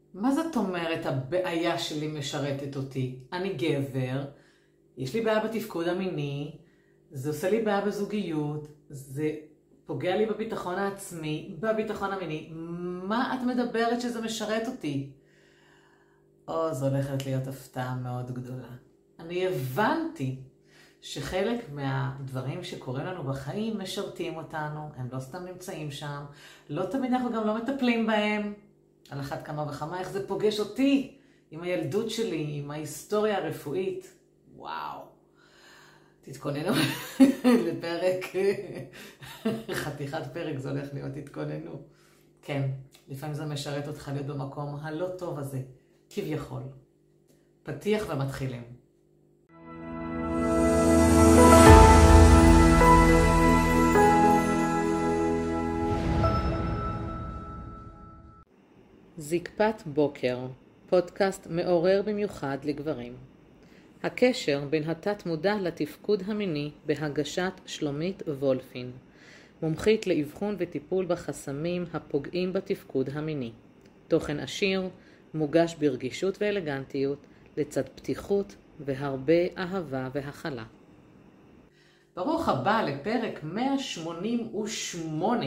מה זאת אומרת הבעיה שלי משרתת אותי? אני גבר, יש לי בעיה בתפקוד המיני, זה עושה לי בעיה בזוגיות, זה פוגע לי בביטחון העצמי, בביטחון המיני. מה את מדברת שזה משרת אותי? זו הולכת להיות הפתעה מאוד גדולה. אני הבנתי שחלק מהדברים שקורים לנו בחיים משרתים אותנו, הם לא סתם נמצאים שם, לא תמיד אנחנו גם לא מטפלים בהם. על אחת כמה וכמה, איך זה פוגש אותי עם הילדות שלי, עם ההיסטוריה הרפואית. וואו. תתכוננו לפרק, חתיכת פרק זה הולך להיות, תתכוננו. כן, לפעמים זה משרת אותך להיות במקום הלא טוב הזה, כביכול. פתיח ומתחילים. זקפת בוקר, פודקאסט מעורר במיוחד לגברים. הקשר בין התת מודע לתפקוד המיני בהגשת שלומית וולפין, מומחית לאבחון וטיפול בחסמים הפוגעים בתפקוד המיני. תוכן עשיר, מוגש ברגישות ואלגנטיות, לצד פתיחות והרבה אהבה והכלה. ברוך הבא לפרק 188.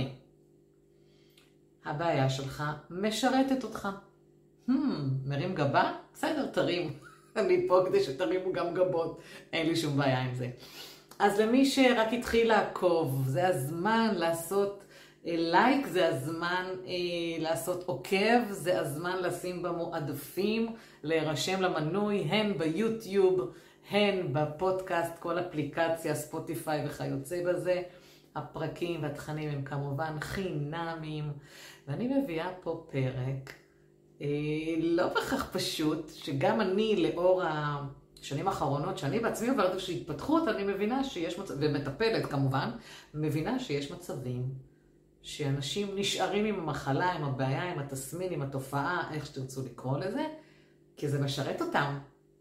הבעיה שלך משרתת אותך. מרים גבה? בסדר, תרים. אני פה כדי שתרימו גם גבות. אין לי שום בעיה עם זה. אז למי שרק התחיל לעקוב, זה הזמן לעשות לייק, זה הזמן לעשות עוקב, זה הזמן לשים במועדפים, להירשם למנוי, הן ביוטיוב, הן בפודקאסט, כל אפליקציה, ספוטיפיי וכיוצא בזה. הפרקים והתכנים הם כמובן חינמיים, ואני מביאה פה פרק לא בכך פשוט, שגם אני לאור השנים האחרונות, שאני בעצמי עוברת איזושהי התפתחות, אני מבינה שיש ומטפלת כמובן, מבינה שיש מצבים שאנשים נשארים עם המחלה, עם הבעיה, עם התסמין, עם התופעה, איך שתרצו לקרוא לזה, כי זה משרת אותם.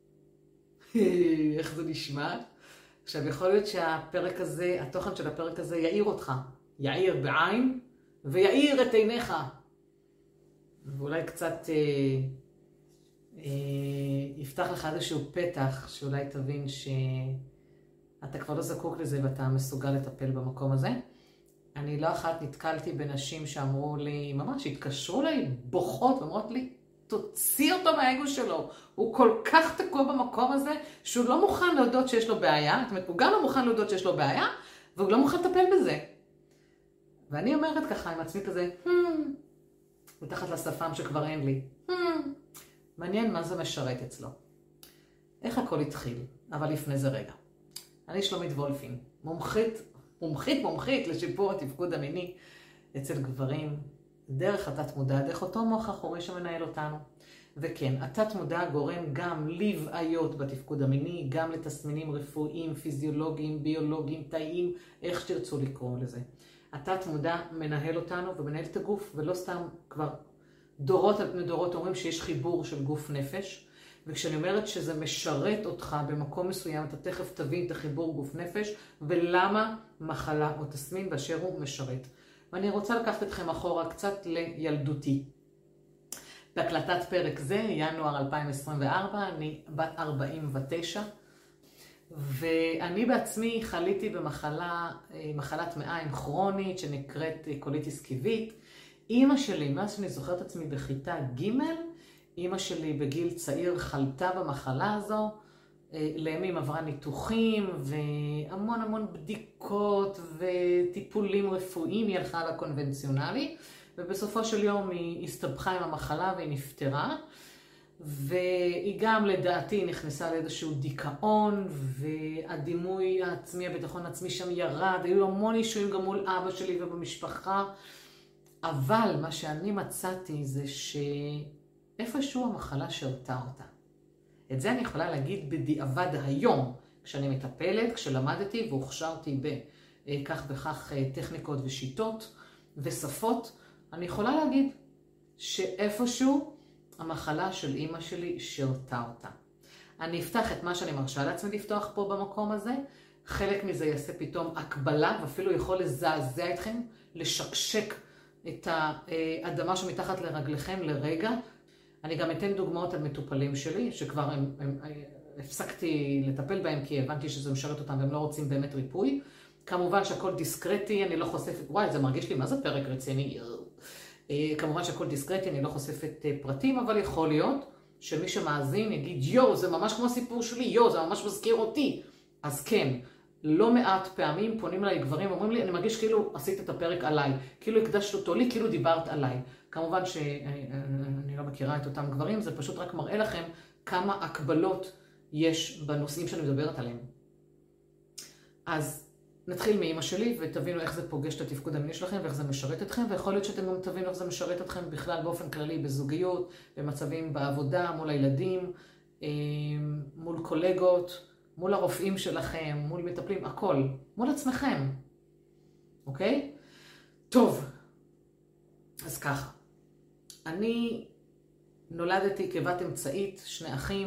איך זה נשמע? עכשיו, יכול להיות שהפרק הזה, התוכן של הפרק הזה יאיר אותך. יאיר בעין ויאיר את עיניך. ואולי קצת יפתח לך איזשהו פתח, שאולי תבין שאתה כבר לא זקוק לזה ואתה מסוגל לטפל במקום הזה. אני לא אחת נתקלתי בנשים שאמרו לי, ממש התקשרו לי בוכות ואמרות לי, תוציא אותו מהאגו שלו. הוא כל כך תקוע במקום הזה, שהוא לא מוכן להודות שיש לו בעיה. זאת אומרת, הוא גם לא מוכן להודות שיש לו בעיה, והוא לא מוכן לטפל בזה. ואני אומרת ככה עם עצמי כזה, מתחת לשפם שכבר אין לי. מעניין מה זה משרת אצלו. איך הכל התחיל? אבל לפני זה רגע. אני שלומית וולפין, מומחית לשיפור התפקוד המיני אצל גברים, דרך התת מודע, דרך אותו מוח אחורי שמנהל אותנו. וכן, התת מודע גורם גם לבעיות בתפקוד המיני, גם לתסמינים רפואיים, פיזיולוגיים, ביולוגיים, תאיים, איך שתרצו לקרוא לזה. התת מודע מנהל אותנו ומנהל את הגוף, ולא סתם כבר דורות על פני דורות אומרים שיש חיבור של גוף נפש, וכשאני אומרת שזה משרת אותך במקום מסוים, אתה תכף תבין את החיבור גוף נפש, ולמה מחלה או תסמין באשר הוא משרת. ואני רוצה לקחת אתכם אחורה קצת לילדותי. בהקלטת פרק זה, ינואר 2024, אני בת 49, ואני בעצמי חליתי במחלת מעיים כרונית שנקראת קוליטיס קיבית. אמא שלי, מאז שאני זוכרת עצמי בכיתה ג', אמא שלי בגיל צעיר חלתה במחלה הזו, לימים עברה ניתוחים והמון בדיקות וטיפולים רפואיים, היא הלכה לקונבנציונלי, ובסופו של יום היא הסתבכה עם המחלה והיא נפטרה, והיא גם לדעתי נכנסה לאיזשהו דיכאון, והדימוי העצמי, הביטחון העצמי שם ירד, היו המון אישויים גם מול אבא שלי ובמשפחה, אבל מה שאני מצאתי זה שאיפשהו המחלה שרתה אותה. את זה אני יכולה להגיד בדיעבד היום, כשאני מטפלת, כשלמדתי והוכשרתי בכך וכך טכניקות ושיטות ושפות, אני יכולה להגיד שאיפשהו המחלה של אמא שלי שרתה אותה. אני אפתח את מה שאני מרשה לעצמי לפתוח פה במקום הזה, חלק מזה יעשה פתאום הקבלה, ואפילו יכול לזעזע אתכם, לשקשק את האדמה שמתחת לרגליכם לרגע. אני גם אתן דוגמאות על מטופלים שלי, שכבר הפסקתי לטפל בהם כי הבנתי שזה משרת אותם והם לא רוצים באמת ריפוי. כמובן שהכל דיסקרטי, אני לא חושפת, וואי, זה מרגיש לי מה זה פרק רציני. כמובן שהכל דיסקרטי, אני לא חושפת פרטים, אבל יכול להיות שמי שמאזין יגיד, יו, זה ממש כמו הסיפור שלי, יו, זה ממש מזכיר אותי. אז כן, לא מעט פעמים פונים אליי גברים, אומרים לי, אני מרגיש כאילו עשית את הפרק עליי, כאילו הקדשת אותו לי, כאילו דיברת עליי. כמובן שאני לא מכירה את אותם גברים, זה פשוט רק מראה לכם כמה הקבלות יש בנושאים שאני מדברת עליהם. אז נתחיל מאמא שלי ותבינו איך זה פוגש את התפקוד המיני שלכם ואיך זה משרת אתכם, ויכול להיות שאתם גם תבינו איך זה משרת אתכם בכלל באופן כללי בזוגיות, במצבים בעבודה, מול הילדים, מול קולגות, מול הרופאים שלכם, מול מטפלים, הכל, מול עצמכם. אוקיי? טוב, אז ככה. אני נולדתי כבת אמצעית, 2 אחים,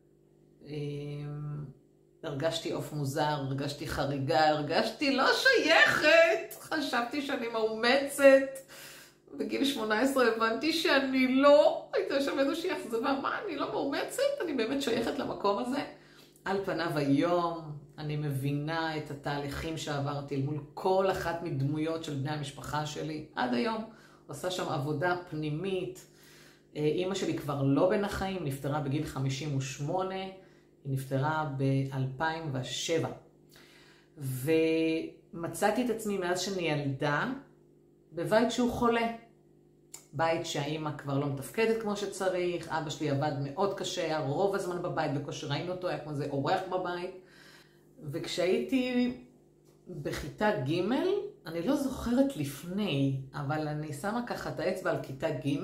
הרגשתי עוף מוזר, הרגשתי חריגה, הרגשתי לא שייכת, חשבתי שאני מאומצת. בגיל 18 הבנתי שאני לא, הייתה שם איזושהי אכזבה, מה, אני לא מאומצת? אני באמת שייכת למקום הזה? על פניו היום אני מבינה את התהליכים שעברתי מול כל אחת מדמויות של בני המשפחה שלי. עד היום עושה שם עבודה פנימית. אמא שלי כבר לא בין החיים, נפטרה בגיל 58, היא נפטרה ב-2007. ומצאתי את עצמי מאז שאני ילדה בבית שהוא חולה. בית שהאימא כבר לא מתפקדת כמו שצריך, אבא שלי עבד מאוד קשה, היה רוב הזמן בבית, בקושי ראינו אותו, היה כמו זה אורח בבית. וכשהייתי בכיתה ג', אני לא זוכרת לפני, אבל אני שמה ככה את האצבע על כיתה ג',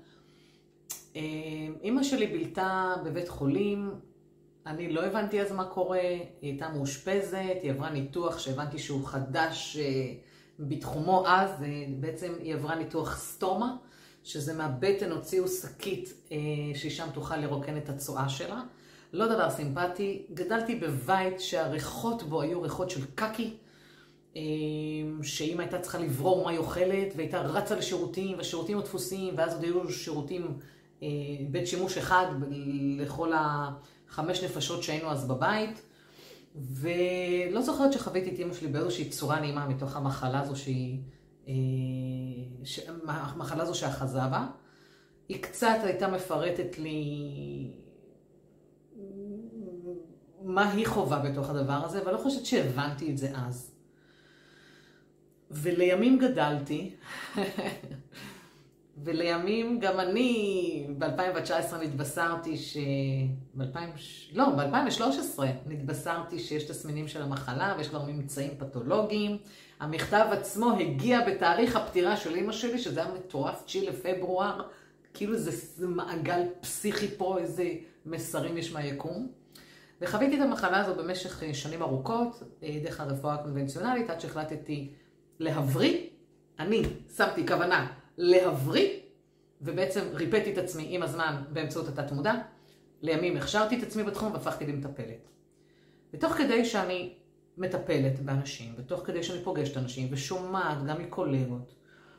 אמא שלי בילתה בבית חולים, אני לא הבנתי אז מה קורה, היא הייתה מאושפזת, היא עברה ניתוח שהבנתי שהוא חדש בתחומו אז, בעצם היא עברה ניתוח סטומה, שזה מהבטן הוציאו שקית ששם תוכל לרוקן את הצואה שלה. לא דבר סימפטי, גדלתי בבית שהריחות בו היו ריחות של קקי, שאמא הייתה צריכה לברור מה היא אוכלת, והייתה רצה לשירותים, והשירותים הדפוסים, ואז עוד היו שירותים בית שימוש אחד לכל 5 נפשות שהיינו אז בבית. ולא זוכרת שחוויתי את אמא שלי באיזושהי צורה נעימה מתוך המחלה הזו המחלה הזו שאחזה בה. היא קצת הייתה מפרטת לי מה היא חובה בתוך הדבר הזה, אבל לא חושבת שהבנתי את זה אז. ולימים גדלתי, ולימים גם אני ב-2019 נתבשרתי ב-2013 נתבשרתי שיש תסמינים של המחלה ויש כבר ממצאים פתולוגיים. המכתב עצמו הגיע בתאריך הפטירה של אמא שלי, שזה היה מטורף, 9 לפברואר, כאילו זה מעגל פסיכי פה, איזה מסרים יש מהיקום. וחוויתי את המחלה הזו במשך שנים ארוכות, דרך הרפואה הקונבנציונלית, עד שהחלטתי להבריא. אני שמתי כוונה להבריא, ובעצם ריפאתי את עצמי עם הזמן באמצעות התת מודע. לימים הכשרתי את עצמי בתחום והפכתי למטפלת. ותוך כדי שאני מטפלת באנשים, ותוך כדי שאני פוגשת אנשים, ושומעת גם מקולגות,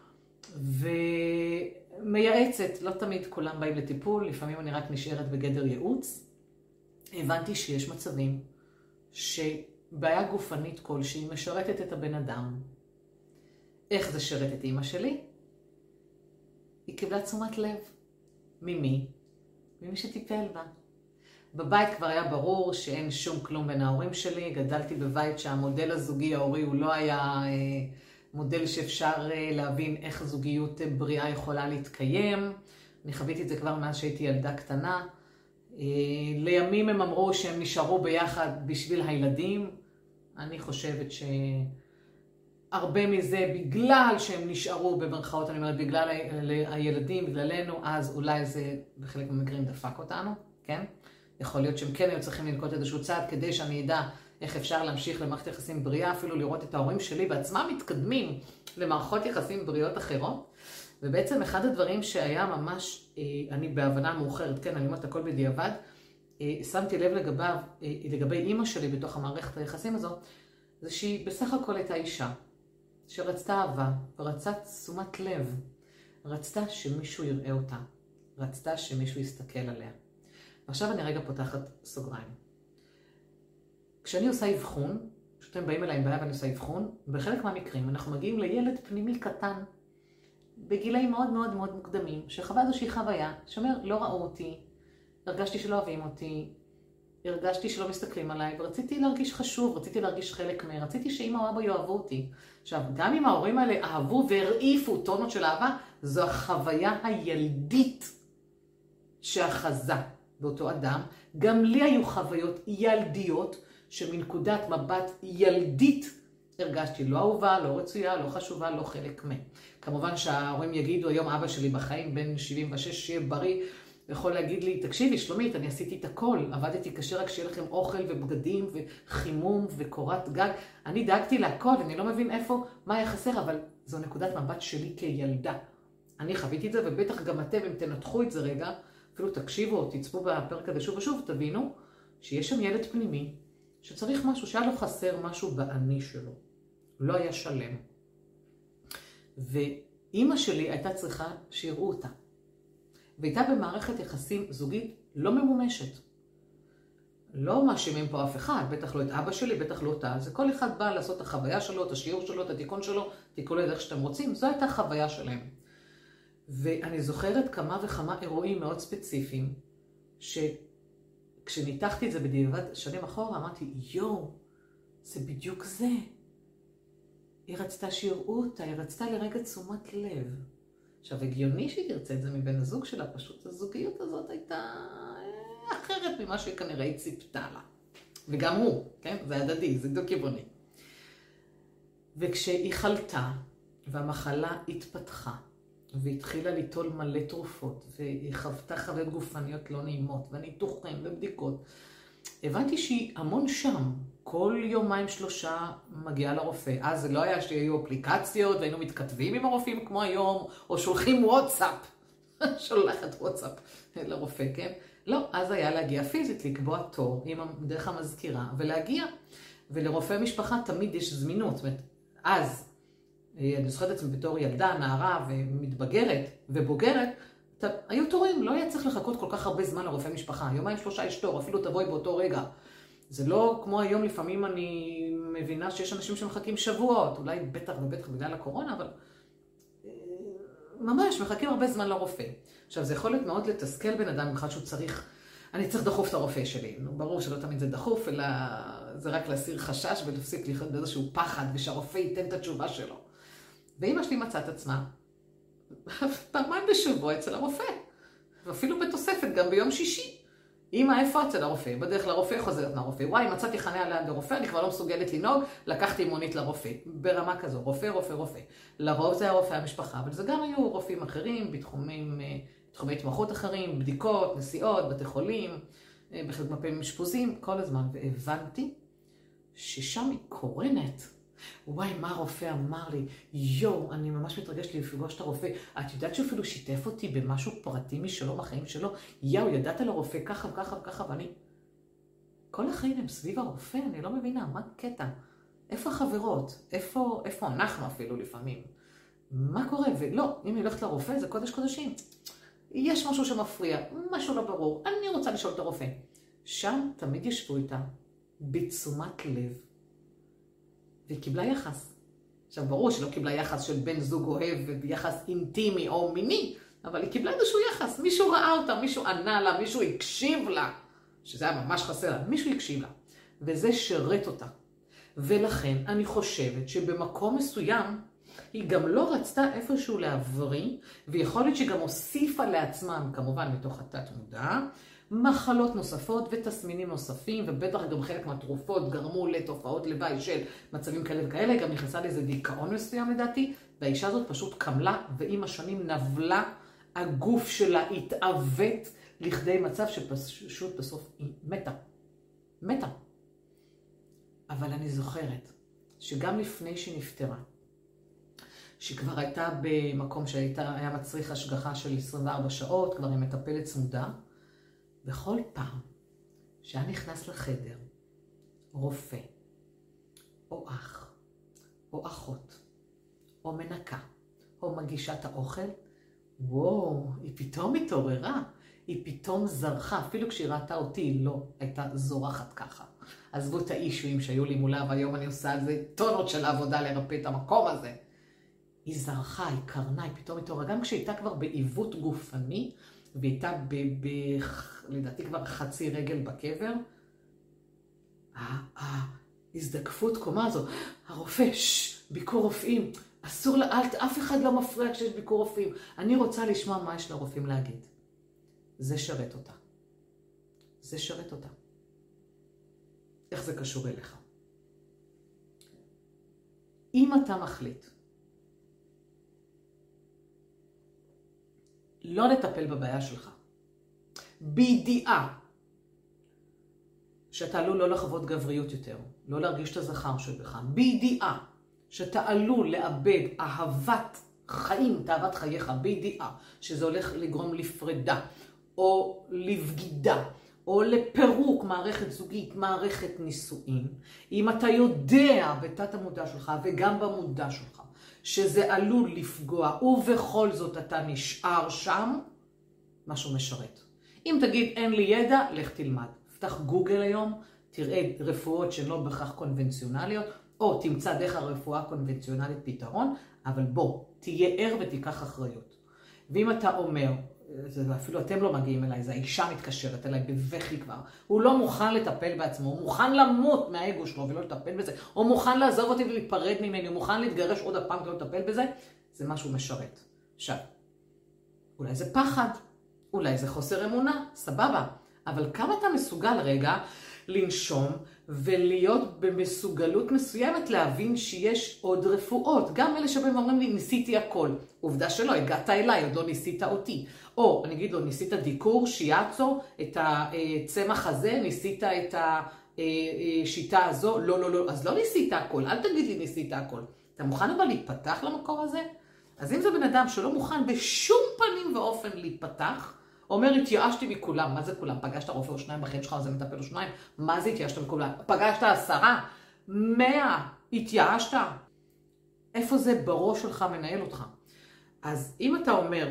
ומייעצת, לא תמיד כולם באים לטיפול, לפעמים אני רק נשארת בגדר ייעוץ, הבנתי שיש מצבים שבעיה גופנית כלשהי משרתת את הבן אדם. איך זה שרת את אמא שלי? היא קיבלה תשומת לב. ממי? ממי שטיפל בה. בבית כבר היה ברור שאין שום כלום בין ההורים שלי. גדלתי בבית שהמודל הזוגי ההורי הוא לא היה מודל שאפשר להבין איך זוגיות בריאה יכולה להתקיים. אני חוויתי את זה כבר מאז שהייתי ילדה קטנה. לימים הם אמרו שהם נשארו ביחד בשביל הילדים. אני חושבת שהרבה מזה בגלל שהם נשארו במרכאות, אני אומרת, בגלל הילדים, בגללנו, אז אולי זה בחלק מהמקרים דפק אותנו, כן? יכול להיות שהם כן היו צריכים לנקוט איזשהו צעד כדי שאני אדע איך אפשר להמשיך למערכת יחסים בריאה, אפילו לראות את ההורים שלי בעצמם מתקדמים למערכות יחסים בריאות אחרות. ובעצם אחד הדברים שהיה ממש, אני בהבנה מאוחרת, כן, אני אומרת הכל בדיעבד, שמתי לב לגבי אמא שלי בתוך המערכת היחסים הזו, זה שהיא בסך הכל הייתה אישה, שרצתה אהבה, ורצתה תשומת לב, רצתה שמישהו יראה אותה. רצתה שמישהו יסתכל עליה. ועכשיו אני רגע פותחת סוגריים. כשאני עושה אבחון, כשאתם באים אליי עם בעיה ואני עושה אבחון, בחלק מהמקרים אנחנו מגיעים לילד פנימי קטן, בגילאים מאוד מאוד מאוד מוקדמים, שחווה איזושהי חוויה, שאומר, לא ראו אותי, הרגשתי שלא אוהבים אותי, הרגשתי שלא מסתכלים עליי, ורציתי להרגיש חשוב, רציתי להרגיש חלק רציתי שאמא או אבא יאהבו אותי. עכשיו, גם אם ההורים האלה אהבו והרעיפו טונות של אהבה, זו החוויה הילדית שאחזה באותו אדם. גם לי היו חוויות ילדיות, שמנקודת מבט ילדית הרגשתי לא אהובה, לא רצויה, לא חשובה, לא חלק כמובן שההורים יגידו, היום אבא שלי בחיים, בן 76, שיהיה בריא, יכול להגיד לי, תקשיבי שלומית, אני עשיתי את הכל, עבדתי קשה רק שיהיה לכם אוכל ובגדים וחימום וקורת גג, אני דאגתי להכל, אני לא מבין מה היה חסר, אבל זו נקודת מבט שלי כילדה. אני חוויתי את זה, ובטח גם אתם, אם תנתחו את זה רגע, אפילו תקשיבו או תצפו בפרק הזה שוב ושוב, תבינו שיש שם ילד פנימי, שצריך משהו, שהיה לו חסר משהו בעני שלו. לא היה שלם. ואימא שלי הייתה צריכה שיראו אותה. והייתה במערכת יחסים זוגית לא ממומשת. לא מאשימים פה אף אחד, בטח לא את אבא שלי, בטח לא אותה. זה כל אחד בא לעשות את החוויה שלו, את השיעור שלו, את התיקון שלו, תיקחו לזה איך שאתם רוצים. זו הייתה החוויה שלהם. ואני זוכרת כמה וכמה אירועים מאוד ספציפיים, שכשניתחתי את זה בדיעבד שנים אחורה, אמרתי, יואו, זה בדיוק זה. היא רצתה שיראו אותה, היא רצתה לרגע תשומת לב. עכשיו, הגיוני שהיא תרצה את זה מבין הזוג שלה, פשוט הזוגיות הזאת הייתה אחרת ממה שכנראה היא ציפתה לה. וגם הוא, כן? זה הדדי, זה דו-כיווני. וכשהיא חלתה, והמחלה התפתחה, והתחילה ליטול מלא תרופות, והיא חוותה חוויות גופניות לא נעימות, וניתוחים ובדיקות, הבנתי שהיא המון שם. כל יומיים שלושה מגיעה לרופא. אז זה לא היה שיהיו אפליקציות והיינו מתכתבים עם הרופאים כמו היום, או שולחים וואטסאפ. שולחת וואטסאפ לרופא, כן? לא, אז היה להגיע פיזית, לקבוע תור דרך המזכירה ולהגיע. ולרופא משפחה תמיד יש זמינות. זאת אומרת, אז, אני זוכרת עצמי בתור ילדה, נערה ומתבגרת ובוגרת, היו תורים, לא היה צריך לחכות כל כך הרבה זמן לרופא משפחה. יומיים שלושה יש תור, אפילו תבואי באותו רגע. זה לא כמו היום, לפעמים אני מבינה שיש אנשים שמחכים שבועות, אולי בטח ובטח בגלל הקורונה, אבל ממש מחכים הרבה זמן לרופא. עכשיו, זה יכול להיות מאוד לתסכל בן אדם בכלל שהוא צריך, אני צריך דחוף את הרופא שלי. ברור שלא תמיד זה דחוף, אלא זה רק להסיר חשש ולהפסיק לחיות באיזשהו פחד, ושהרופא ייתן את התשובה שלו. ואמא שלי מצאת עצמה, פעמיים בשבוע אצל הרופא, ואפילו בתוספת גם ביום שישי. אמא, איפה אצל הרופא? בדרך לרופא חוזרת מהרופא. וואי, מצאתי חניה ליד הרופא, אני כבר לא מסוגלת לנהוג, לקחתי מונית לרופא. ברמה כזו, רופא, רופא, רופא. לרוב זה היה רופא המשפחה, אבל זה גם היו רופאים אחרים, בתחומי התמחות אחרים, בדיקות, נסיעות, בתי חולים, בחלק מהפעמים אשפוזים, כל הזמן. והבנתי ששם היא קורנת. וואי, מה הרופא אמר לי? יואו, אני ממש מתרגשת לפגוש את הרופא. את יודעת שהוא אפילו שיתף אותי במשהו פרטי משלו, בחיים שלו? יואו, ידעת לרופא ככה וככה וככה, ואני... כל החיים הם סביב הרופא, אני לא מבינה, מה קטע? איפה החברות? איפה אנחנו אפילו לפעמים? מה קורה? ולא, אם היא הולכת לרופא, זה קודש קודשים. יש משהו שמפריע, משהו לא ברור, אני רוצה לשאול את הרופא. שם תמיד ישבו איתה, בתשומת לב. והיא קיבלה יחס. עכשיו, ברור שלא קיבלה יחס של בן זוג אוהב ויחס אינטימי או מיני, אבל היא קיבלה איזשהו יחס. מישהו ראה אותה, מישהו ענה לה, מישהו הקשיב לה, שזה היה ממש חסר לה, מישהו הקשיב לה. וזה שרת אותה. ולכן אני חושבת שבמקום מסוים, היא גם לא רצתה איפשהו להבריא, ויכול להיות שהיא גם הוסיפה לעצמם, כמובן מתוך התת מודע, מחלות נוספות ותסמינים נוספים, ובטח גם חלק מהתרופות גרמו לתופעות לוואי של מצבים כאלה וכאלה, גם נכנסה לאיזה דיכאון מסוים לדעתי, והאישה הזאת פשוט קמלה, ועם השנים נבלה, הגוף שלה התעוות לכדי מצב שפשוט בסוף היא מתה. מתה. אבל אני זוכרת שגם לפני שנפטרה, שכבר הייתה במקום שהיה מצריך השגחה של 24 שעות, כבר היא מטפלת צמודה, בכל פעם שהיה נכנס לחדר רופא, או אח, או אחות, או מנקה, או מגישת האוכל, וואו, היא פתאום התעוררה, היא פתאום זרחה, אפילו כשהיא ראתה אותי, היא לא הייתה זורחת ככה. עזבו את האישויים שהיו לי מולה, והיום אני עושה על זה טונות של עבודה לרפא את המקום הזה. היא זרחה, היא קרנה, היא פתאום התעוררה, גם כשהייתה כבר בעיוות גופני, והיא הייתה לדעתי כבר חצי רגל בקבר, ההזדקפות קומה הזו, הרופא, ביקור רופאים, אסור, אף אחד לא מפריע כשיש ביקור רופאים. אני רוצה לשמוע מה יש לרופאים להגיד. זה שרת אותה. זה שרת אותה. איך זה קשור אליך? אם אתה מחליט לא לטפל בבעיה שלך, בידיעה שאתה עלול לא לחוות גבריות יותר, לא להרגיש את הזכר שבך, בידיעה שאתה עלול לאבד אהבת חיים, תאוות חייך, בידיעה שזה הולך לגרום לפרידה, או לבגידה, או לפירוק מערכת זוגית, מערכת נישואין, אם אתה יודע בתת המודע שלך וגם במודע שלך, שזה עלול לפגוע, ובכל זאת אתה נשאר שם, משהו משרת. אם תגיד אין לי ידע, לך תלמד. פתח גוגל היום, תראה רפואות שלא בכך קונבנציונליות, או תמצא דרך הרפואה הקונבנציונלית פתרון, אבל בוא, תהיה ער ותיקח אחריות. ואם אתה אומר, אפילו אתם לא מגיעים אליי, זה האישה מתקשרת אליי בבכי כבר, הוא לא מוכן לטפל בעצמו, הוא מוכן למות מהאגו שלו ולא לטפל בזה, או מוכן לעזוב אותי ולהיפרד ממני, הוא מוכן להתגרש עוד הפעם ולא לטפל בזה, זה משהו משרת. עכשיו, אולי זה פחד, אולי זה חוסר אמונה, סבבה, אבל כמה אתה מסוגל רגע לנשום ולהיות במסוגלות מסוימת להבין שיש עוד רפואות. גם אלה שבהם אומרים לי, ניסיתי הכל. עובדה שלא, הגעת אליי, עוד לא ניסית אותי. או, אני אגיד לו, ניסית דיקור, שיאצו, את הצמח הזה, ניסית את השיטה הזו, לא, לא, לא, אז לא ניסית הכל, אל תגיד לי ניסית הכל. אתה מוכן אבל להתפתח למקום הזה? אז אם זה בן אדם שלא מוכן בשום פנים ואופן להתפתח, אומר, התייאשתי מכולם. מה זה כולם? פגשת רופא או שניים בחיים שלך, אז זה מטפל או שניים? מה זה התייאשת מכולם? פגשת 10? 100? התייאשת? איפה זה בראש שלך מנהל אותך? אז אם אתה אומר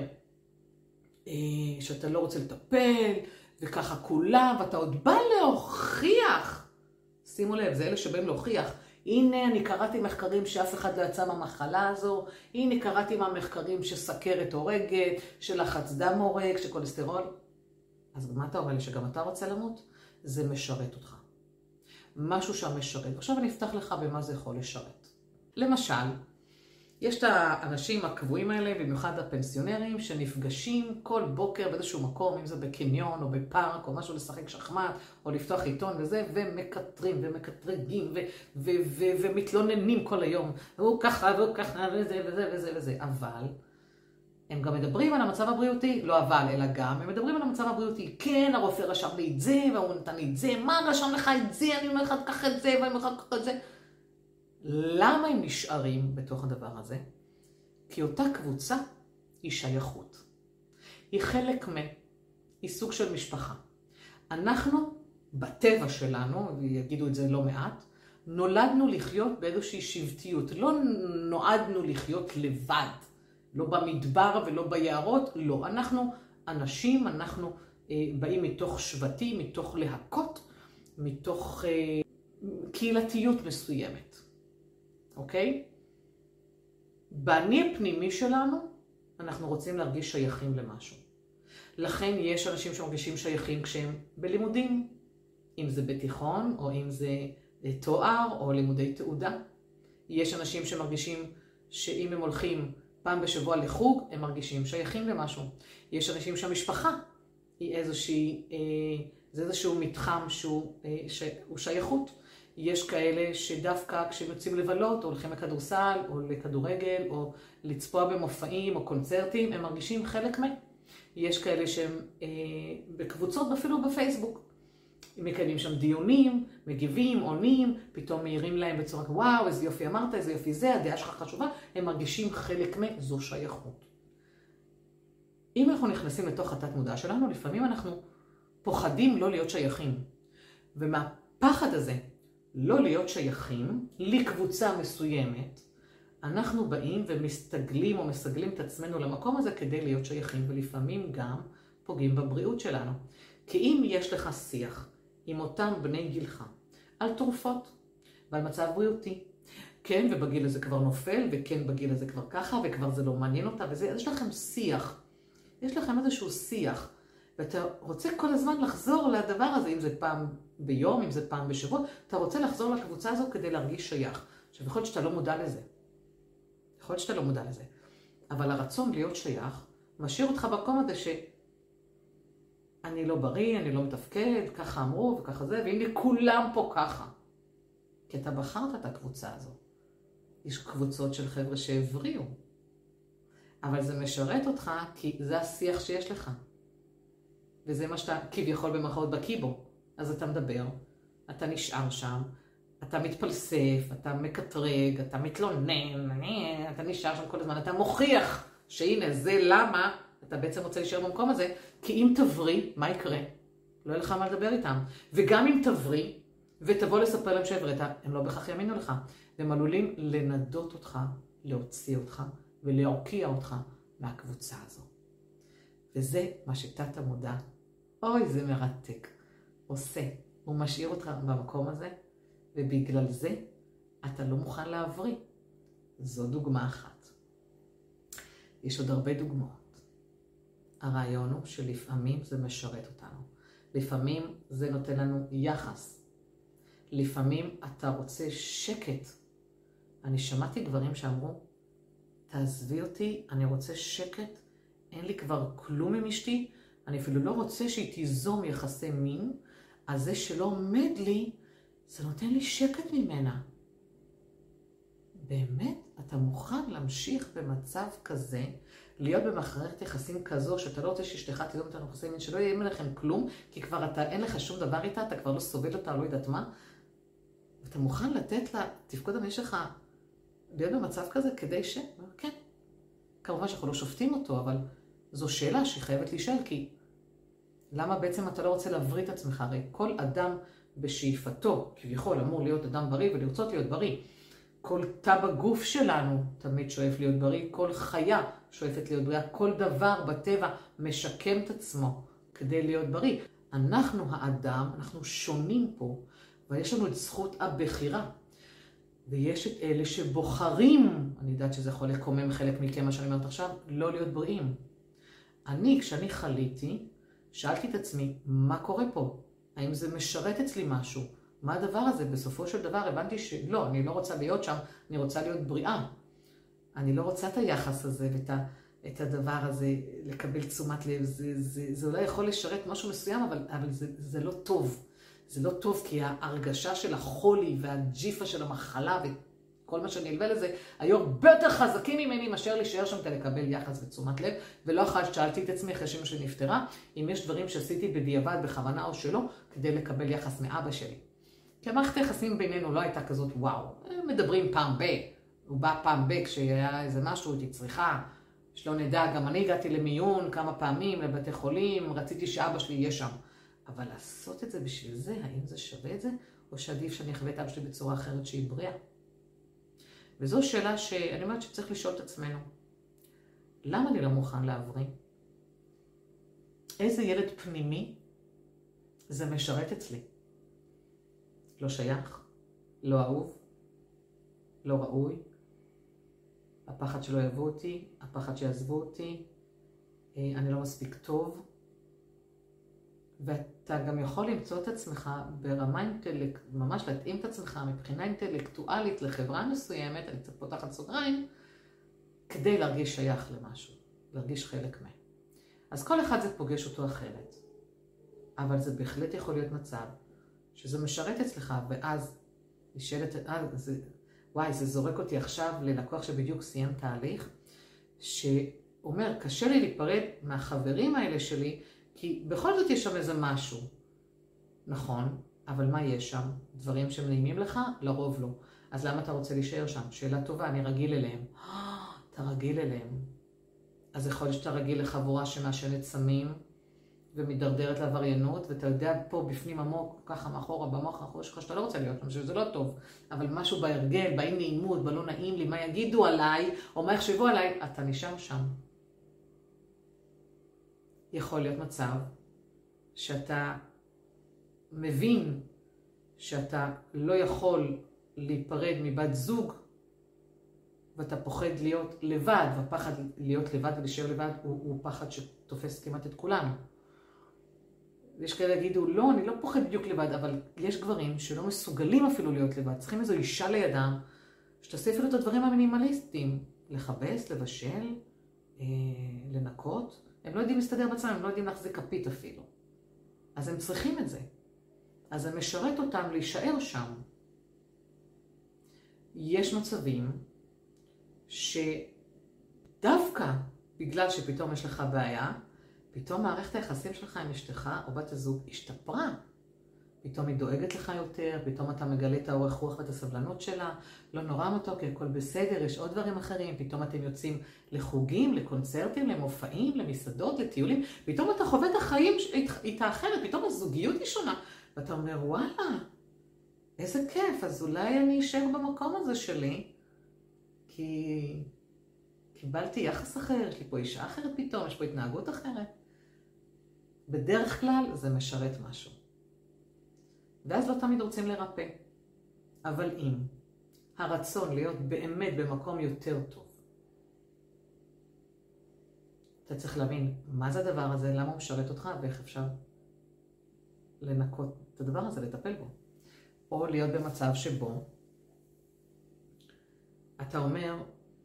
שאתה לא רוצה לטפל, וככה כולם, ואתה עוד בא להוכיח, שימו לב, זה אלה שבאים להוכיח, הנה אני קראתי מחקרים שאף אחד לא יצא מהמחלה הזו, הנה קראתי מהמחקרים שסכרת הורגת, שלחץ דם הורג, שכולסטרול. אז מה אתה אומר לי, שגם אתה רוצה למות? זה משרת אותך. משהו שם משרת. עכשיו אני אפתח לך במה זה יכול לשרת. למשל, יש את האנשים הקבועים האלה, במיוחד הפנסיונרים, שנפגשים כל בוקר באיזשהו מקום, אם זה בקניון או בפארק או משהו לשחק שחמט או לפתוח עיתון וזה, ומקטרים ומקטרגים ומתלוננים כל היום. והוא ככה והוא ככה וזה וזה וזה וזה. אבל הם גם מדברים על המצב הבריאותי, לא אבל אלא גם, הם מדברים על המצב הבריאותי. כן, הרופא רשם לי את זה, והוא נתן לי את זה, מה רשם לך את זה, אני אומר לך ככה את זה, ואני אומר לך ככה את זה. למה הם נשארים בתוך הדבר הזה? כי אותה קבוצה היא שייכות. היא חלק היא סוג של משפחה. אנחנו, בטבע שלנו, ויגידו את זה לא מעט, נולדנו לחיות באיזושהי שבטיות. לא נועדנו לחיות לבד. לא במדבר ולא ביערות, לא. אנחנו אנשים, אנחנו באים מתוך שבטים, מתוך להקות, מתוך קהילתיות מסוימת. אוקיי? באני הפנימי שלנו, אנחנו רוצים להרגיש שייכים למשהו. לכן יש אנשים שמרגישים שייכים כשהם בלימודים, אם זה בתיכון, או אם זה תואר, או לימודי תעודה. יש אנשים שמרגישים שאם הם הולכים פעם בשבוע לחוג, הם מרגישים שייכים למשהו. יש אנשים שהמשפחה היא זה איזשהו מתחם שהוא שייכות. יש כאלה שדווקא כשהם יוצאים לבלות, או הולכים לכדורסל, או לכדורגל, או לצפוע במופעים, או קונצרטים, הם מרגישים חלק מהם. יש כאלה שהם בקבוצות, אפילו בפייסבוק. הם מקיימים שם דיונים, מגיבים, עונים, פתאום מעירים להם בצורה, וואו, איזה יופי אמרת, איזה יופי זה, הדעה שלך חשובה, הם מרגישים חלק מהם, זו שייכות. אם אנחנו נכנסים לתוך התת מודע שלנו, לפעמים אנחנו פוחדים לא להיות שייכים. ומהפחד הזה, לא להיות שייכים לקבוצה מסוימת, אנחנו באים ומסתגלים או מסגלים את עצמנו למקום הזה כדי להיות שייכים, ולפעמים גם פוגעים בבריאות שלנו. כי אם יש לך שיח עם אותם בני גילך על תרופות ועל מצב בריאותי, כן, ובגיל הזה כבר נופל, וכן, בגיל הזה כבר ככה, וכבר זה לא מעניין אותה, וזה, יש לכם שיח. יש לכם איזשהו שיח, ואתה רוצה כל הזמן לחזור לדבר הזה, אם זה פעם ביום, אם זה פעם בשבוע, אתה רוצה לחזור לקבוצה הזו כדי להרגיש שייך. עכשיו, יכול להיות שאתה לא מודע לזה. יכול להיות שאתה לא מודע לזה. אבל הרצון להיות שייך, משאיר אותך במקום הזה שאני לא בריא, אני לא מתפקד, ככה אמרו וככה זה, והנה כולם פה ככה. כי אתה בחרת את הקבוצה הזו. יש קבוצות של חבר'ה שהבריאו. אבל זה משרת אותך כי זה השיח שיש לך. וזה מה שאתה כביכול במרכאות בקיא בו. אז אתה מדבר, אתה נשאר שם, אתה מתפלסף, אתה מקטרג, אתה מתלונן, אתה נשאר שם כל הזמן, אתה מוכיח שהנה זה למה אתה בעצם רוצה להישאר במקום הזה, כי אם תבריא, מה יקרה? לא יהיה לך מה לדבר איתם. וגם אם תבריא, ותבוא לספר להם שהבראת, הם לא בכך יאמינו לך. והם עלולים לנדות אותך, להוציא אותך ולהוקיע אותך מהקבוצה הזו. וזה מה שתת המודע, אוי זה מרתק, עושה. הוא משאיר אותך במקום הזה, ובגלל זה אתה לא מוכן להבריא. זו דוגמה אחת. יש עוד הרבה דוגמאות. הרעיון הוא שלפעמים זה משרת אותנו. לפעמים זה נותן לנו יחס. לפעמים אתה רוצה שקט. אני שמעתי גברים שאמרו, תעזבי אותי, אני רוצה שקט, אין לי כבר כלום עם אשתי, אני אפילו לא רוצה שהיא תיזום יחסי מין, אז זה שלא עומד לי, זה נותן לי שקט ממנה. באמת, אתה מוכן להמשיך במצב כזה, להיות במערכת יחסים כזו, שאתה לא רוצה שאשתך תיזום את היחסי מין, שלא יהיה לכם כלום, כי כבר אין לך שום דבר איתה, אתה כבר לא סובל אותה, לא יודעת מה, ואתה מוכן לתת לה, תפקוד המין שלך, להיות במצב כזה כדי כן. כמובן שאנחנו לא שופטים אותו, אבל זו שאלה שהיא חייבת להישאל, כי למה בעצם אתה לא רוצה להבריא את עצמך? הרי כל אדם בשאיפתו, כביכול, אמור להיות אדם בריא ולרצות להיות בריא. כל תא בגוף שלנו תמיד שואף להיות בריא, כל חיה שואפת להיות בריאה, כל דבר בטבע משקם את עצמו כדי להיות בריא. אנחנו האדם, אנחנו שונים פה, ויש לנו את זכות הבחירה. ויש את אלה שבוחרים, אני יודעת שזה יכול לקומם חלק מכם מה שאני אומרת עכשיו, לא להיות בריאים. כשאני חליתי, שאלתי את עצמי, מה קורה פה? האם זה משרת אצלי משהו? מה הדבר הזה? בסופו של דבר הבנתי שלא, אני לא רוצה להיות שם, אני רוצה להיות בריאה. אני לא רוצה את היחס הזה ואת הדבר הזה, לקבל תשומת לב. זה אולי יכול לשרת משהו מסוים, אבל זה לא טוב. זה לא טוב כי ההרגשה של החולי והג'יפה של המחלה וכל מה שנלווה לזה, היו הרבה יותר חזקים ממני מאשר להישאר שם כדי לקבל יחס ותשומת לב, ולא אחת שאלתי את עצמי אחרי שאמא שלי נפטרה, אם יש דברים שעשיתי בדיעבד בכוונה או שלא, כדי לקבל יחס מאבא שלי. כי המערכת היחסים בינינו לא הייתה כזאת וואו, מדברים פעם הוא בא פעם כשהיה איזה משהו, הייתי צריכה, שלא נדע, גם אני הגעתי למיון כמה פעמים לבתי חולים, רציתי שאבא שלי יהיה שם. אבל לעשות את זה בשביל זה, האם זה שווה את זה? או שעדיף שאני אחווה את אבא שלי בצורה אחרת שהיא בריאה? וזו שאלה שאני אומרת שצריך לשאול את עצמנו. למה אני לא מוכן להבריא? איזה ילד פנימי זה משרת אצלי? לא שייך, לא אהוב, לא ראוי, הפחד שלא יאהבו אותי, הפחד שיעזבו אותי, אני לא מספיק טוב, ואתה גם יכול למצוא את עצמך ברמה ממש להתאים את עצמך מבחינה אינטלקטואלית לחברה מסוימת, אני קצת פותחת סוגריים, כדי להרגיש שייך למשהו, להרגיש חלק מהם. אז כל אחד זה פוגש אותו אחרת, אבל זה בהחלט יכול להיות מצב שזה משרת אצלך, ואז זה זורק אותי עכשיו ללקוח שבדיוק סיים תהליך, שאומר, קשה לי להיפרד מהחברים האלה שלי, כי בכל זאת יש שם איזה משהו. נכון, אבל מה יש שם? דברים שמנעימים לך? לרוב לא. אז למה אתה רוצה להישאר שם? שאלה טובה, אני רגיל אליהם. אתה רגיל אליהם. אז יכול להיות שאתה רגיל לחבורה שמעשנת סמים, ומתדרדרת לעבריינות, ואתה יודע פה בפנים עמוק, ככה מאחורה, במוח האחורי שלך, שאתה לא רוצה להיות שם, שזה לא טוב, אבל משהו בהרגל, באי נעימות, בלא נעים לי, מה יגידו עליי, או מה יחשבו עליי, אתה נשאר שם. יכול להיות מצב שאתה מבין שאתה לא יכול להיפרד מבת זוג, ואתה פוחד להיות לבד, והפחד להיות לבד ולהישאר לבד הוא פחד שתופס כמעט את כולנו. ויש כאלה יגידו, לא, אני לא פוחד בדיוק לבד, אבל יש גברים שלא מסוגלים אפילו להיות לבד. צריכים איזו אישה לידם, שתעשה אפילו את הדברים המינימליסטיים. לכבס, לבשל, לנקות. הם לא יודעים להסתדר בעצמם, הם לא יודעים להחזיק כפית אפילו. אז הם צריכים את זה. אז זה משרת אותם להישאר שם. יש מצבים שדווקא בגלל שפתאום יש לך בעיה, פתאום מערכת היחסים שלך עם אשתך או בת הזוג השתפרה. פתאום היא דואגת לך יותר, פתאום אתה מגלה את האורך רוח ואת הסבלנות שלה, לא נורא מתוק, הכל בסדר, יש עוד דברים אחרים, פתאום אתם יוצאים לחוגים, לקונצרטים, למופעים, למסעדות, לטיולים, פתאום אתה חווה את החיים איתה אחרת, פתאום הזוגיות היא שונה, ואתה אומר, וואלה, איזה כיף, אז אולי אני אשאר במקום הזה שלי, כי קיבלתי יחס אחר, יש לי פה אישה אחרת פתאום, יש פה התנהגות אחרת. בדרך כלל זה משרת משהו. ואז לא תמיד רוצים לרפא. אבל אם הרצון להיות באמת במקום יותר טוב, אתה צריך להבין מה זה הדבר הזה, למה הוא משרת אותך ואיך אפשר לנקות את הדבר הזה, לטפל בו. או להיות במצב שבו אתה אומר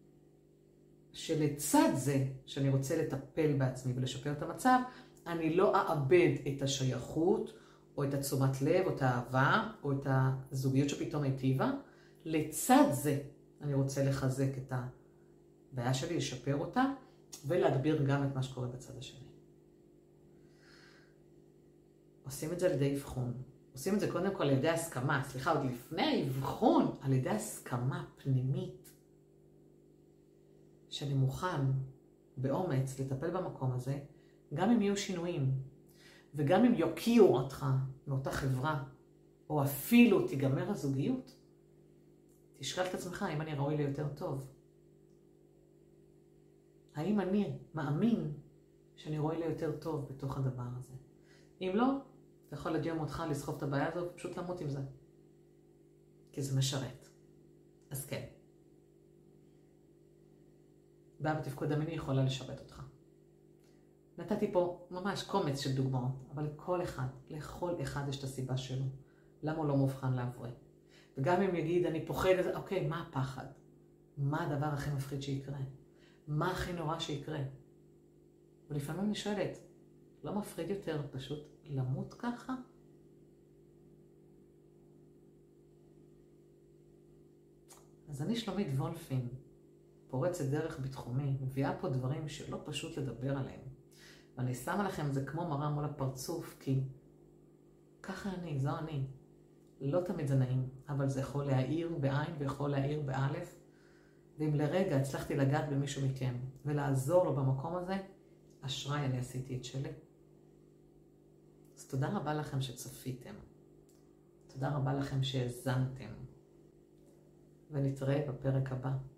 שלצד זה שאני רוצה לטפל בעצמי ולשפר את המצב, אני לא אאבד את השייכות או את התשומת לב או את האהבה או את הזוגיות שפתאום היטיבה. לצד זה אני רוצה לחזק את הבעיה שלי, לשפר אותה ולהגביר גם את מה שקורה בצד השני. עושים את זה על ידי אבחון. עושים את זה קודם כל על ידי הסכמה. סליחה, עוד לפני האבחון, על ידי הסכמה פנימית. שאני מוכן באומץ לטפל במקום הזה, גם אם יהיו שינויים, וגם אם יוקיעו אותך מאותה חברה, או אפילו תיגמר הזוגיות, תשאל את עצמך אם אני ראוי ליותר טוב. האם אני מאמין שאני ראוי ליותר טוב בתוך הדבר הזה? אם לא, אתה יכול להגיע אותך לסחוב את הבעיה הזו ופשוט למות עם זה. כי זה משרת. אז כן. בעיה בתפקוד המיני יכולה לשרת אותך. נתתי פה ממש קומץ של דוגמאות, אבל לכל אחד יש את הסיבה שלו. למה הוא לא מובחן לעברי? וגם אם יגיד, אני פוחד, אוקיי, מה הפחד? מה הדבר הכי מפחיד שיקרה? מה הכי נורא שיקרה? ולפעמים אני שואלת, לא מפחיד יותר פשוט למות ככה? אז אני שלומית וולפין, פורצת דרך בתחומי, מביאה פה דברים שלא פשוט לדבר עליהם. ואני שמה לכם את זה כמו מראה מול הפרצוף, כי ככה אני, זו אני. לא תמיד זה נעים, אבל זה יכול להאיר בעין ויכול להאיר באלף. ואם לרגע הצלחתי לגעת במישהו מכם ולעזור לו במקום הזה, אשריי, אני עשיתי את שלי. אז תודה רבה לכם שצפיתם. תודה רבה לכם שהאזנתם. ונתראה בפרק הבא.